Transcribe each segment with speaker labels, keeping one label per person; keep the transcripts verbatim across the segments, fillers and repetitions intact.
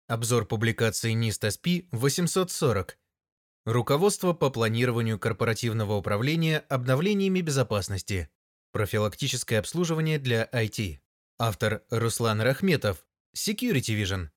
Speaker 1: Обзор публикации нист эс пи восемьсот сорок. Руководство по планированию корпоративного управления обновлениями безопасности. Профилактическое обслуживание для ай ти. Автор Руслан Рахметов. Security Vision.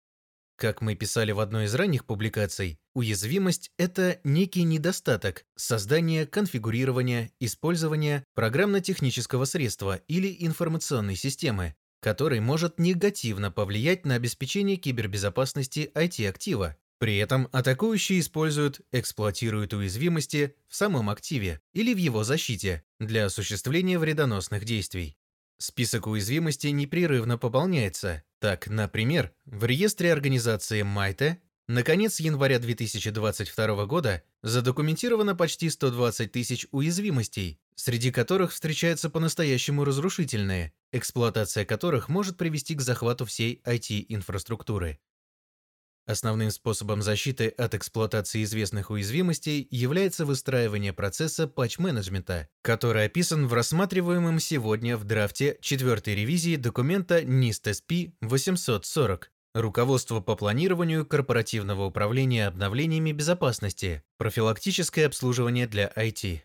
Speaker 1: Как мы писали в одной из ранних публикаций, уязвимость – это некий недостаток создания, конфигурирования, использования программно-технического средства или информационной системы, который может негативно повлиять на обеспечение кибербезопасности ай ти-актива. При этом атакующие используют, эксплуатируют уязвимости в самом активе или в его защите для осуществления вредоносных действий. Список уязвимостей непрерывно пополняется. Так, например, в реестре организации Майте на конец января две тысячи двадцать второго года задокументировано почти сто двадцать тысяч уязвимостей, среди которых встречаются по-настоящему разрушительные, эксплуатация которых может привести к захвату всей ай ти-инфраструктуры. Основным способом защиты от эксплуатации известных уязвимостей является выстраивание процесса патч-менеджмента, который описан в рассматриваемом сегодня в драфте четвертой ревизии документа нист эс пи восемьсот сорок. Руководство по планированию корпоративного управления обновлениями безопасности. Профилактическое обслуживание для ай ти.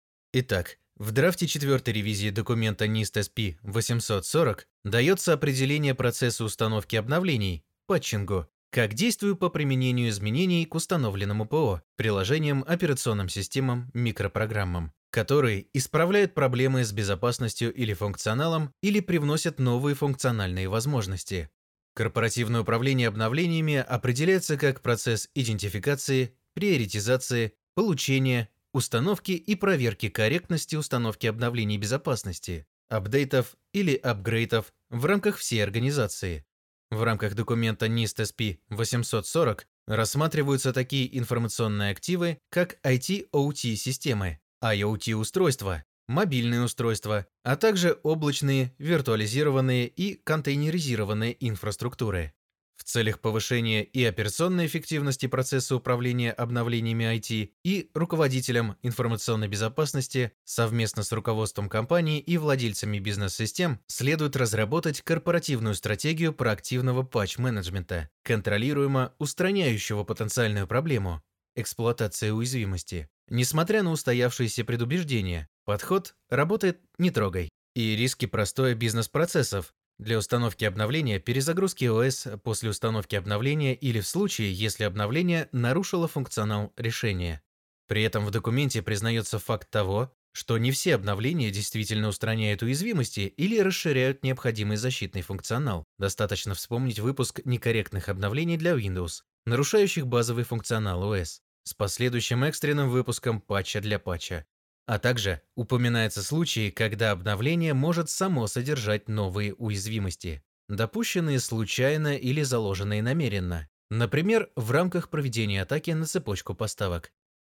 Speaker 1: Итак, в драфте четвертой ревизии документа нист эс пи восемьсот сорок дается определение процесса установки обновлений, патчингу, как действию по применению изменений к установленному ПО, приложениям, операционным системам, микропрограммам, которые исправляют проблемы с безопасностью или функционалом или привносят новые функциональные возможности. Корпоративное управление обновлениями определяется как процесс идентификации, приоритизации, получения, установки и проверки корректности установки обновлений безопасности, апдейтов или апгрейдов в рамках всей организации. В рамках документа нист эс пи восемьсот сорок рассматриваются такие информационные активы, как ай ти-о ти-системы, ай о ти-устройства, мобильные устройства, а также облачные, виртуализированные и контейнеризированные инфраструктуры. В целях повышения и операционной эффективности процесса управления обновлениями ай ти и руководителям информационной безопасности совместно с руководством компании и владельцами бизнес-систем следует разработать корпоративную стратегию проактивного патч-менеджмента, контролируемо устраняющего потенциальную проблему – эксплуатация уязвимости. Несмотря на устоявшиеся предубеждения, подход работает «не трогай» и риски простоя бизнес-процессов, для установки обновления, перезагрузки о эс после установки обновления или в случае, если обновление нарушило функционал решения. При этом в документе признается факт того, что не все обновления действительно устраняют уязвимости или расширяют необходимый защитный функционал. Достаточно вспомнить выпуск некорректных обновлений для Windows, нарушающих базовый функционал о эс, с последующим экстренным выпуском патча для патча. А также упоминаются случаи, когда обновление может само содержать новые уязвимости, допущенные случайно или заложенные намеренно, например, в рамках проведения атаки на цепочку поставок.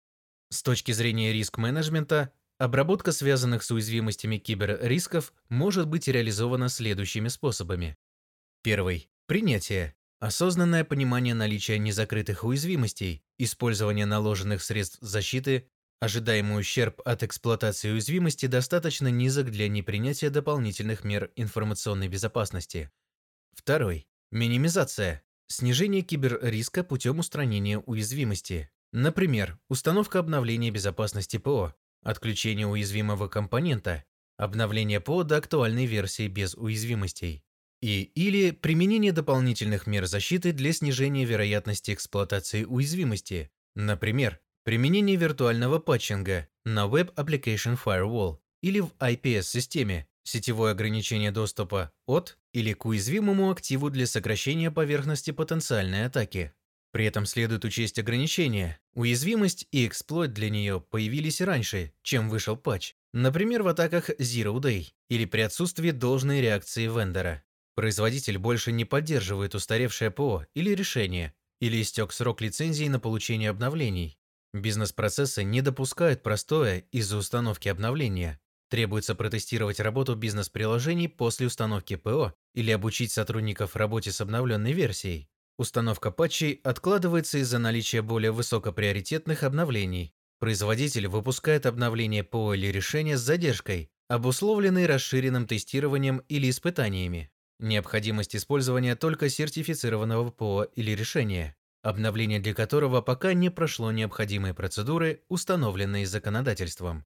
Speaker 1: С точки зрения риск-менеджмента, обработка связанных с уязвимостями киберрисков может быть реализована следующими способами. Первый. Принятие. Осознанное понимание наличия незакрытых уязвимостей, использование наложенных средств защиты. Ожидаемый ущерб от эксплуатации уязвимости достаточно низок для непринятия дополнительных мер информационной безопасности. Второй. Минимизация. Снижение киберриска путем устранения уязвимости. Например, установка обновления безопасности ПО, отключение уязвимого компонента, обновление ПО до актуальной версии без уязвимостей. И или применение дополнительных мер защиты для снижения вероятности эксплуатации уязвимости. Например, применение виртуального патчинга на Web Application Firewall или в ай пи эс-системе, сетевое ограничение доступа от или к уязвимому активу для сокращения поверхности потенциальной атаки. При этом следует учесть ограничения. Уязвимость и эксплойт для нее появились раньше, чем вышел патч, например, в атаках Zero Day или при отсутствии должной реакции вендора. Производитель больше не поддерживает устаревшее ПО или решение, или истек срок лицензии на получение обновлений. Бизнес-процессы не допускают простоя из-за установки обновления. Требуется протестировать работу бизнес-приложений после установки ПО или обучить сотрудников работе с обновленной версией. Установка патчей откладывается из-за наличия более высокоприоритетных обновлений. Производитель выпускает обновление ПО или решения с задержкой, обусловленной расширенным тестированием или испытаниями. Необходимость использования только сертифицированного ПО или решения, обновление для которого пока не прошло необходимые процедуры, установленные законодательством.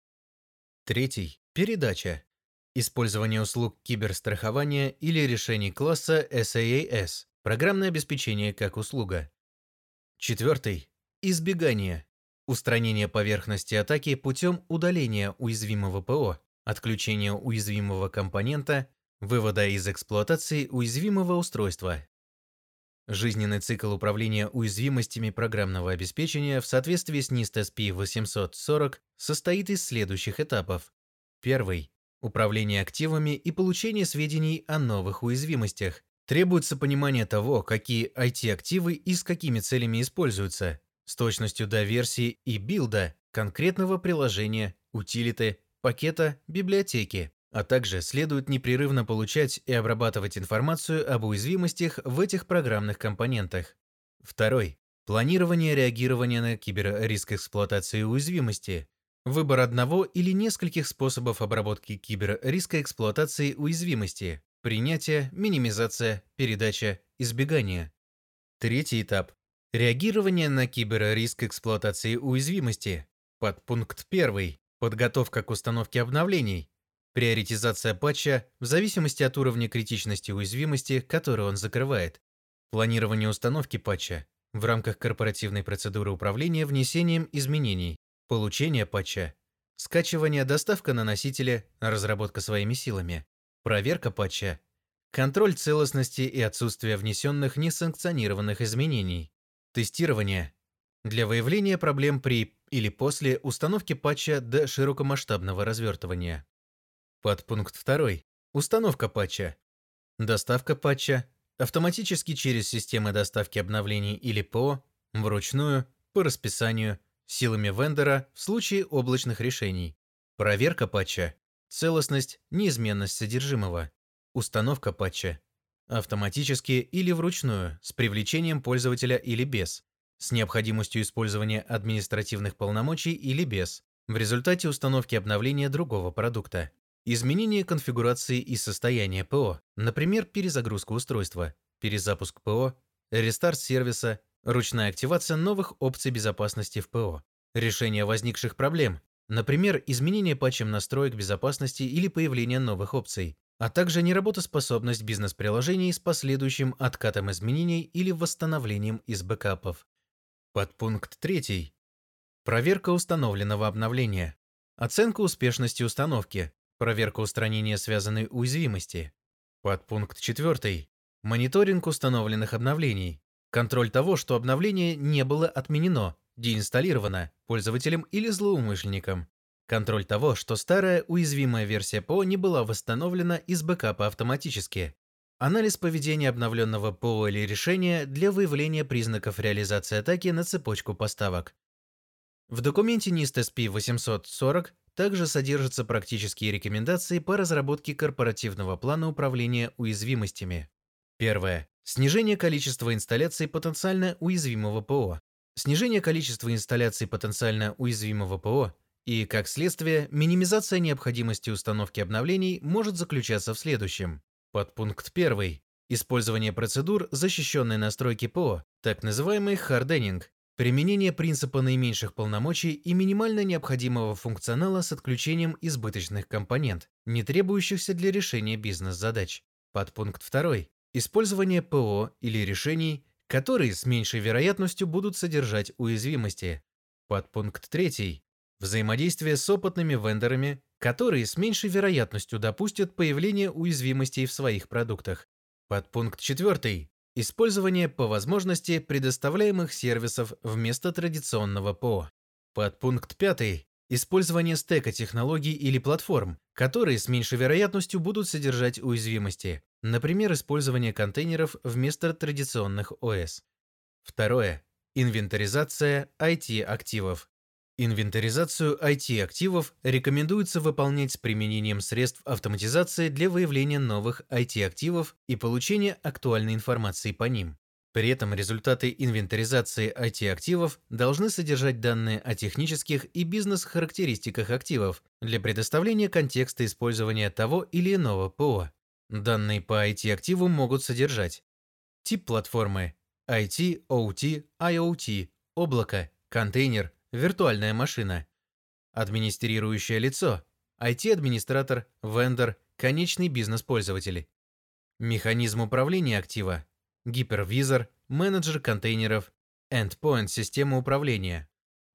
Speaker 1: Третий. Передача. Использование услуг киберстрахования или решений класса эс эй эй эс. Программное обеспечение как услуга. Четвертый. Избегание. Устранение поверхности атаки путем удаления уязвимого ПО, отключения уязвимого компонента, вывода из эксплуатации уязвимого устройства. Жизненный цикл управления уязвимостями программного обеспечения в соответствии с нист эс пи восемьсот сорок состоит из следующих этапов. Первый. Управление активами и получение сведений о новых уязвимостях. Требуется понимание того, какие ай ти-активы и с какими целями используются, с точностью до версии и билда конкретного приложения, утилиты, пакета, библиотеки, а также следует непрерывно получать и обрабатывать информацию об уязвимостях в этих программных компонентах. Второй. Планирование реагирования на киберриск эксплуатации уязвимости. Выбор одного или нескольких способов обработки киберриска эксплуатации уязвимости. Принятие, минимизация, передача, избегание. Третий этап. Реагирование на киберриск эксплуатации уязвимости. Подпункт первый. Подготовка к установке обновлений. Приоритизация патча в зависимости от уровня критичности уязвимости, которую он закрывает. Планирование установки патча в рамках корпоративной процедуры управления внесением изменений. Получение патча. Скачивание, доставка на носителе, разработка своими силами. Проверка патча. Контроль целостности и отсутствие внесенных несанкционированных изменений. Тестирование. Для выявления проблем при или после установки патча до широкомасштабного развертывания. Подпункт второй. Установка патча. Доставка патча. Автоматически через системы доставки обновлений или ПО, вручную, по расписанию, силами вендора в случае облачных решений. Проверка патча. Целостность, неизменность содержимого. Установка патча. Автоматически или вручную, с привлечением пользователя или без. С необходимостью использования административных полномочий или без. В результате установки обновления другого продукта. Изменение конфигурации и состояния ПО, например, перезагрузка устройства, перезапуск ПО, рестарт сервиса, ручная активация новых опций безопасности в ПО. Решение возникших проблем. Например, изменение патчем настроек безопасности или появление новых опций, а также неработоспособность бизнес-приложений с последующим откатом изменений или восстановлением из бэкапов. Подпункт третий. Проверка установленного обновления. Оценка успешности установки. Проверка устранения связанной уязвимости. Подпункт четвертый. Мониторинг установленных обновлений. Контроль того, что обновление не было отменено, деинсталлировано пользователем или злоумышленником. Контроль того, что старая уязвимая версия ПО не была восстановлена из бэкапа автоматически. Анализ поведения обновленного ПО или решения для выявления признаков реализации атаки на цепочку поставок. В документе нист эс пи восемьсот сорок также содержатся практические рекомендации по разработке корпоративного плана управления уязвимостями. Первое. Снижение количества инсталляций потенциально уязвимого ПО. Снижение количества инсталляций потенциально уязвимого ПО и, как следствие, минимизация необходимости установки обновлений может заключаться в следующем. Подпункт первый. Использование процедур защищенной настройки ПО, так называемый харденинг. Применение принципа наименьших полномочий и минимально необходимого функционала с отключением избыточных компонент, не требующихся для решения бизнес-задач. Подпункт второй. Использование ПО или решений, которые с меньшей вероятностью будут содержать уязвимости. Подпункт третий. Взаимодействие с опытными вендорами, которые с меньшей вероятностью допустят появление уязвимостей в своих продуктах. Подпункт четвертый. Использование по возможности предоставляемых сервисов вместо традиционного ПО. Подпункт пятый. Использование стека технологий или платформ, которые с меньшей вероятностью будут содержать уязвимости. Например, использование контейнеров вместо традиционных о эс. Второе. Инвентаризация ай ти-активов. Инвентаризацию ай ти-активов рекомендуется выполнять с применением средств автоматизации для выявления новых ай ти-активов и получения актуальной информации по ним. При этом результаты инвентаризации ай ти-активов должны содержать данные о технических и бизнес-характеристиках активов для предоставления контекста использования того или иного ПО. Данные по ай ти-активу могут содержать тип платформы, ай ти, о ти, ай о ти, облако, контейнер, виртуальная машина, администрирующее лицо, ай ти-администратор, вендор, конечный бизнес-пользователь, механизм управления актива, гипервизор, менеджер контейнеров, endpoint система управления,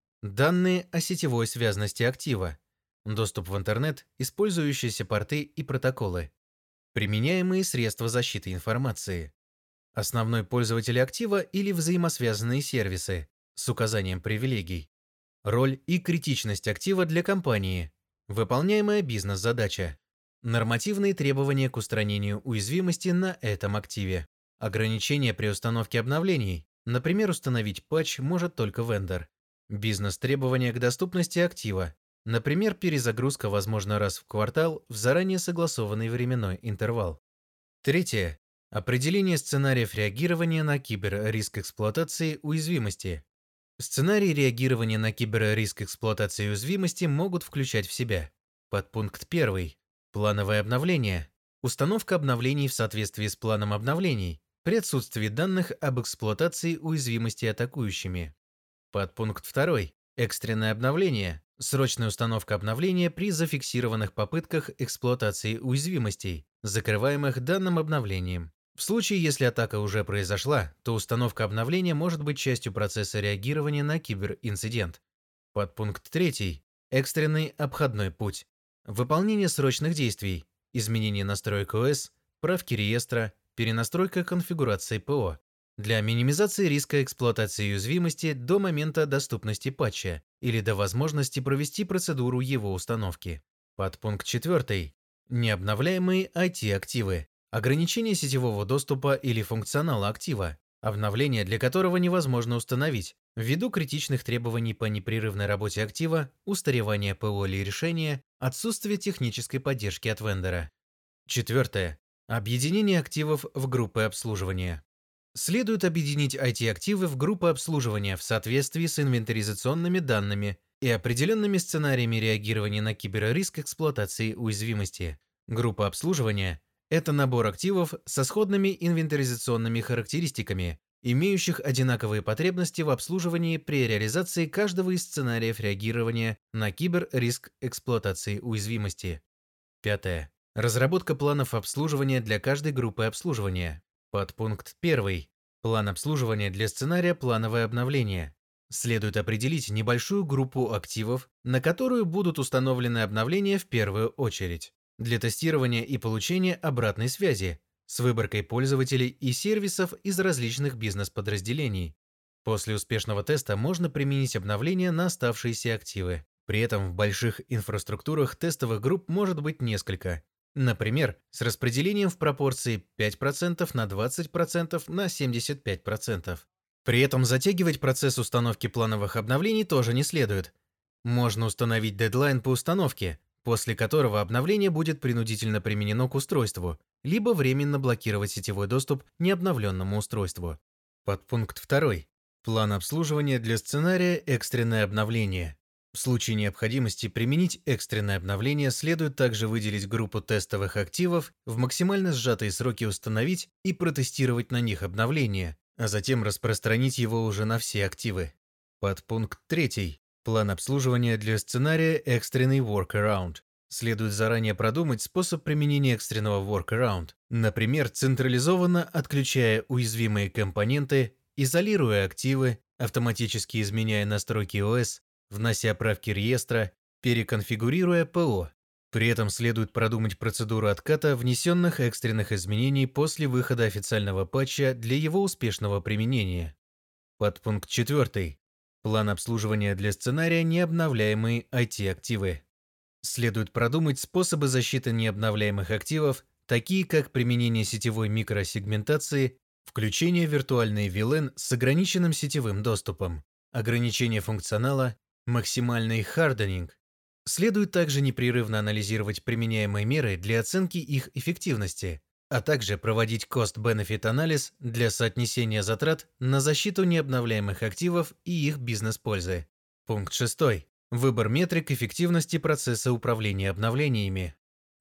Speaker 1: данные о сетевой связности актива, доступ в интернет, использующиеся порты и протоколы, применяемые средства защиты информации, основной пользователь актива или взаимосвязанные сервисы с указанием привилегий, роль и критичность актива для компании, выполняемая бизнес-задача, нормативные требования к устранению уязвимости на этом активе, ограничения при установке обновлений, например, установить патч может только вендор, бизнес-требования к доступности актива, например, перезагрузка возможна раз в квартал в заранее согласованный временной интервал. Третье. Определение сценариев реагирования на киберриск эксплуатации уязвимости. Сценарии реагирования на киберриск эксплуатации уязвимости могут включать в себя: подпункт один. Плановое обновление. Установка обновлений в соответствии с планом обновлений при отсутствии данных об эксплуатации уязвимости атакующими. Подпункт два. Экстренное обновление. Срочная установка обновления при зафиксированных попытках эксплуатации уязвимостей, закрываемых данным обновлением. В случае, если атака уже произошла, то установка обновления может быть частью процесса реагирования на киберинцидент. Подпункт три. Экстренный обходной путь. Выполнение срочных действий, изменение настроек о эс, правки реестра, перенастройка конфигурации ПО для минимизации риска эксплуатации уязвимости до момента доступности патча или до возможности провести процедуру его установки. Подпункт четыре. Необновляемые ай ти-активы. Ограничение сетевого доступа или функционала актива, обновление для которого невозможно установить ввиду критичных требований по непрерывной работе актива, устаревания ПО или решения, отсутствия технической поддержки от вендора. Четвертое. Объединение активов в группы обслуживания. Следует объединить ай ти-активы в группы обслуживания в соответствии с инвентаризационными данными и определенными сценариями реагирования на киберриск эксплуатации уязвимости. Группа обслуживания – это набор активов со сходными инвентаризационными характеристиками, имеющих одинаковые потребности в обслуживании при реализации каждого из сценариев реагирования на киберриск эксплуатации уязвимости. Пятое. Разработка планов обслуживания для каждой группы обслуживания. Подпункт один. План обслуживания для сценария плановое обновление. Следует определить небольшую группу активов, на которую будут установлены обновления в первую очередь, для тестирования и получения обратной связи с выборкой пользователей и сервисов из различных бизнес-подразделений. После успешного теста можно применить обновления на оставшиеся активы. При этом в больших инфраструктурах тестовых групп может быть несколько. Например, с распределением в пропорции пять процентов на двадцать процентов на семьдесят пять процентов. При этом затягивать процесс установки плановых обновлений тоже не следует. Можно установить дедлайн по установке, после которого обновление будет принудительно применено к устройству, либо временно блокировать сетевой доступ необновленному устройству. Подпункт два. План обслуживания для сценария экстренное обновление. В случае необходимости применить экстренное обновление следует также выделить группу тестовых активов, в максимально сжатые сроки установить и протестировать на них обновление, а затем распространить его уже на все активы. Подпункт три. План обслуживания для сценария экстренный workaround. Следует заранее продумать способ применения экстренного workaround, например, централизованно отключая уязвимые компоненты, изолируя активы, автоматически изменяя настройки о эс, внося правки реестра, переконфигурируя ПО. При этом следует продумать процедуру отката внесенных экстренных изменений после выхода официального патча для его успешного применения. Подпункт четыре. План обслуживания для сценария необновляемые ай ти-активы. Следует продумать способы защиты необновляемых активов, такие как применение сетевой микросегментации, включение виртуальной ви лэн с ограниченным сетевым доступом, ограничение функционала, максимальный харденинг. Следует также непрерывно анализировать применяемые меры для оценки их эффективности, а также проводить cost-benefit анализ для соотнесения затрат на защиту необновляемых активов и их бизнес-пользы. Пункт шесть. Выбор метрик эффективности процесса управления обновлениями.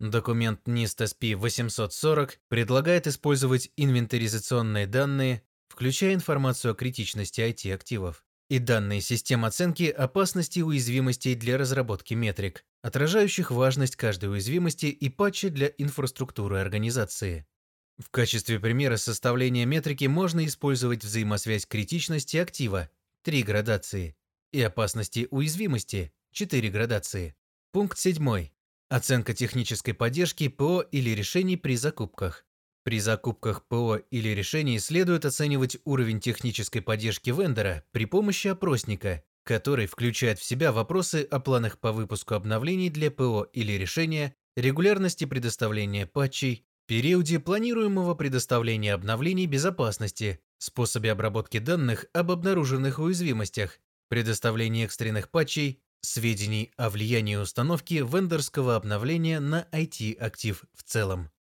Speaker 1: Документ нист эс пи восемьсот сорок предлагает использовать инвентаризационные данные, включая информацию о критичности ай ти-активов, и данные систем оценки опасности и уязвимостей для разработки метрик, отражающих важность каждой уязвимости и патча для инфраструктуры организации. В качестве примера составления метрики можно использовать взаимосвязь критичности актива три градации и опасности уязвимости четыре градации. Пункт семь. Оценка технической поддержки ПО или решений при закупках. При закупках ПО или решений следует оценивать уровень технической поддержки вендора при помощи опросника, который включает в себя вопросы о планах по выпуску обновлений для ПО или решения, регулярности предоставления патчей, периоде планируемого предоставления обновлений безопасности, способе обработки данных об обнаруженных уязвимостях, предоставлении экстренных патчей, сведений о влиянии установки вендорского обновления на ай ти-актив в целом.